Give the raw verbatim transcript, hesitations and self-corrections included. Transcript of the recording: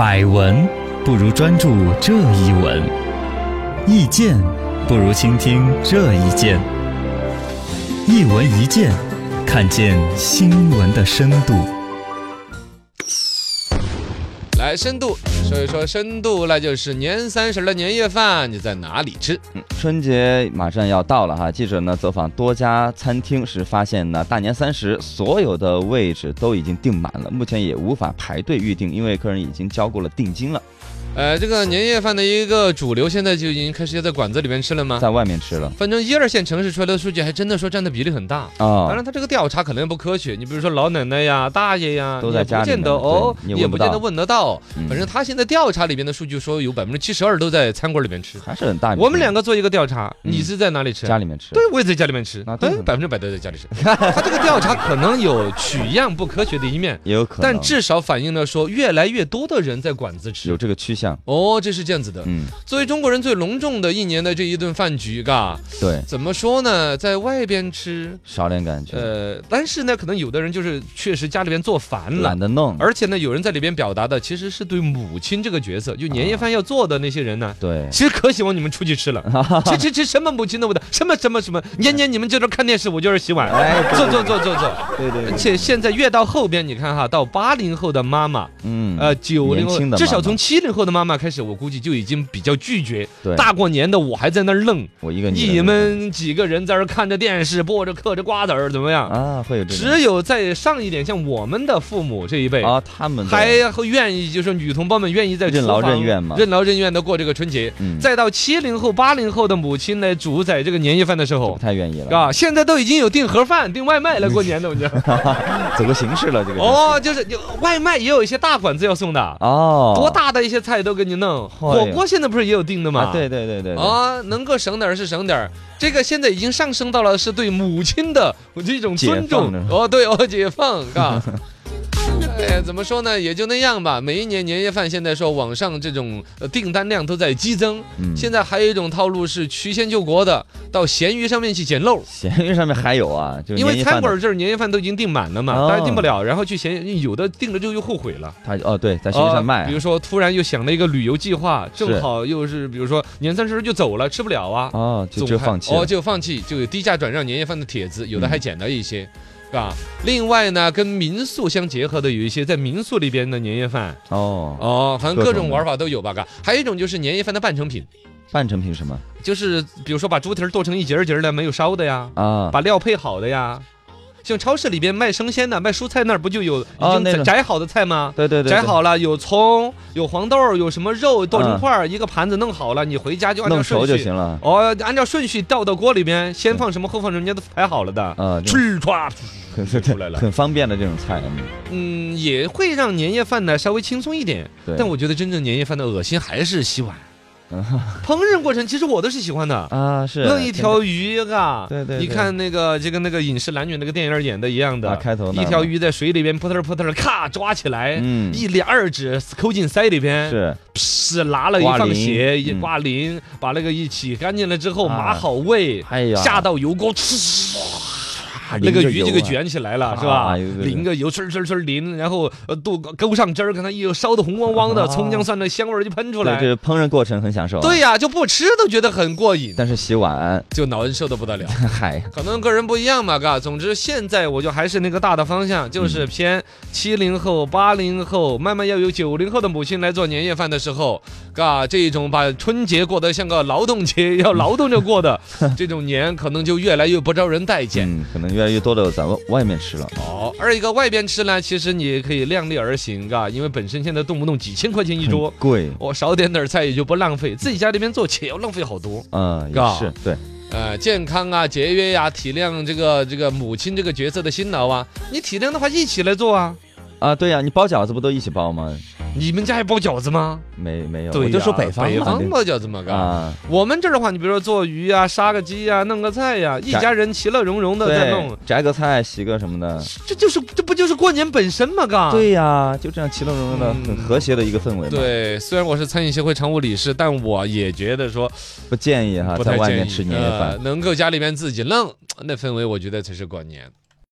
百闻不如专注这一闻，意见不如倾听这一见。一闻一见，看见新闻的深度。 来深度说一说深度，那就是年三十的年夜饭你在哪里吃？ 嗯，春节马上要到了哈，记者呢走访多家餐厅时发现呢，大年三十所有的位置都已经订满了，目前也无法排队预订，因为客人已经交过了定金了。 呃，这个年夜饭的一个主流现在就已经开始要在馆子里面吃了吗？ 在外面吃了。 反正一二线城市出来的数据还真的说占的比例很大啊、 哦。 当然，他这个调查可能不科学。你比如说老奶奶呀、大爷呀， 都在家里面， 也不见得哦，也不见得问得到。 嗯、 反正他现在调查里边的数据说有百分之七十二都在餐馆里面吃， 还是很大。 我们两个做一个调查， 嗯、 你是在哪里吃？ 家里面吃。 对，我也在家里面吃。对，百分之百都在家里吃。他这个调查可能有取样不科学的一面， 也有可能， 但至少反映了说越来越多的人在馆子吃， 有这个趋向。 哦，这是。是这样子的， 嗯， 作为中国人最隆重的一年的这一顿饭局，嘎， 对， 怎么说呢，在外边吃少点感觉， 呃，但是呢，可能有的人就是确实家里边做烦了， 懒得弄， 而且呢，有人在里边表达的其实是对母亲这个角色，就年夜饭要做的那些人呢，啊、 对， 其实可希望你们出去吃了，吃吃吃什么母亲都不的，什么什么什么，年年你们就这看电视，我就是洗碗，哎，做做做做做， 对对， 而且现在越到后边，你看哈，到八零后的妈妈， 嗯， 呃，九零后，至少从七零后的妈妈开始，我估计就已经比较。拒绝大过年的，我还在那儿愣， 我一个你们几个人在这看着电视，剥着嗑着瓜子儿，怎么样啊？会有这种。 只有再上一点，像我们的父母这一辈啊，他们还会愿意，就是女同胞们愿意在任劳任怨嘛， 任劳任怨的过这个春节。 嗯， 再到七零后、八零后的母亲来主宰这个年夜饭的时候， 不太愿意了啊。现在都已经有订盒饭、订外卖来过年的，我觉得走个形式了，这个哦，就是外卖也有一些大馆子要送的哦， 多大的一些菜都给你弄。火锅现在不是也有订的吗？ 对对对对啊，能够省点是省点，这个现在已经上升到了是对母亲的这种尊重哦，对哦，解放，嘎。哎，怎么说呢？也就那样吧。每一年年夜饭，现在说网上这种订单量都在激增。嗯，现在还有一种套路是曲线救国的，到闲鱼上面去捡漏。 闲鱼上面还有啊，就因为餐馆这儿年夜饭都已经订满了嘛， 哦、 大家订不了，然后去闲有的订了之后又后悔了。 他哦，对，在闲鱼上卖、啊呃。比如说，突然又想了一个旅游计划，正好又是比如说年三十就走了，吃不了啊。 哦，就就放弃。 哦，就放弃，就有低价转让年夜饭的帖子，有的还捡了一些。嗯是吧？另外呢，跟民宿相结合的有一些在民宿里边的年夜饭哦哦，反正各种玩法都有吧？嘎，还有一种就是年夜饭的半成品。 半成品什么？ 就是比如说把猪蹄儿剁成一节儿节儿的，没有烧的呀，啊，把料配好的呀。像超市里边卖生鲜的、卖蔬菜那儿不就有已经摘好的菜吗？ 对对对， 摘好了，有葱、有黄豆、有什么肉剁成块儿，一个盘子弄好了，你回家就按照顺序就行了。 哦，按照顺序倒到锅里边，先放什么后放什么，人家都排好了的。啊，吃唰出来了， 很方便的这种菜。 嗯，也会让年夜饭呢稍微轻松一点。但我觉得真正年夜饭的恶心还是洗碗。烹饪过程其实我都是喜欢的啊，是弄一条鱼啊， 对对， 你看那个就跟那个饮食男女那个电影演的一样的， 开头一条鱼在水里边扑腾扑腾，咔抓起来，嗯，一两二指抠进腮里边， 是， 是拿了一放血，一挂鳞，把那个一起干净了之后码好味，哎呀，下到油锅，呲。那个鱼就给卷起来了，是吧？淋个油，呲呲呲淋，然后呃，都勾上汁儿，看它一烧的红汪汪的，葱姜蒜的香味就喷出来。 这烹饪过程很享受。 对呀，就不吃都觉得很过瘾。 但是洗碗就脑恩受的不得了。 嗨， 可能个人不一样嘛，嘎。总之现在我就还是那个大的方向，就是偏七零后、八零后，慢慢要有九零后的母亲来做年夜饭的时候，嘎，这种把春节过得像个劳动节，要劳动着过的这种年，可能就越来越不招人待见。 嗯，可能越来越多的在外面吃了。 哦，而一个外边吃呢，其实你可以量力而行，嘎，因为本身现在动不动几千块钱一桌， 贵， 我少点点菜也就不浪费，自己家里面做且要浪费好多。 嗯，也是对。 呃，健康啊，节约呀、啊，体谅这个这个母亲这个角色的辛劳啊，你体谅的话一起来做啊。 啊，对呀、啊，你包饺子不都一起包吗？ 你们家还包饺子吗？ 没没有， 对、啊， 我就说北方北方包饺子嘛，嘎、啊。我们这儿的话，你比如说做鱼啊、杀个鸡啊、弄个菜呀、啊，一家人其乐融融的在弄， 摘个菜、洗个什么的， 这就是这不就是过年本身嘛，嘎。 对呀、啊，就这样其乐融融的、嗯，很和谐的一个氛围嘛。 对，虽然我是餐饮协会常务理事，但我也觉得说不建议哈，在外面吃年夜饭、 呃，能够家里面自己弄，那氛围我觉得才是过年。